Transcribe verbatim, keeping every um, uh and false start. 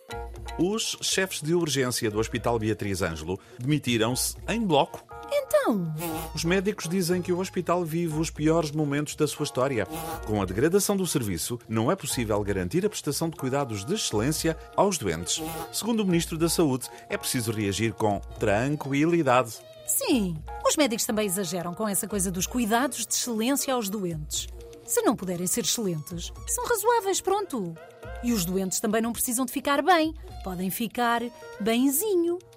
Os chefes de urgência do Hospital Beatriz Ângelo demitiram-se em bloco. Então, Os médicos dizem que o hospital vive os piores momentos da sua história. Com a degradação do serviço, não é possível garantir a prestação de cuidados de excelência aos doentes. Segundo o Ministro da Saúde, é preciso reagir com tranquilidade. sim, os médicos também exageram com essa coisa dos cuidados de excelência aos doentes. Se não puderem ser excelentes, são razoáveis, pronto. E os doentes também não precisam de ficar bem, podem ficar benzinho.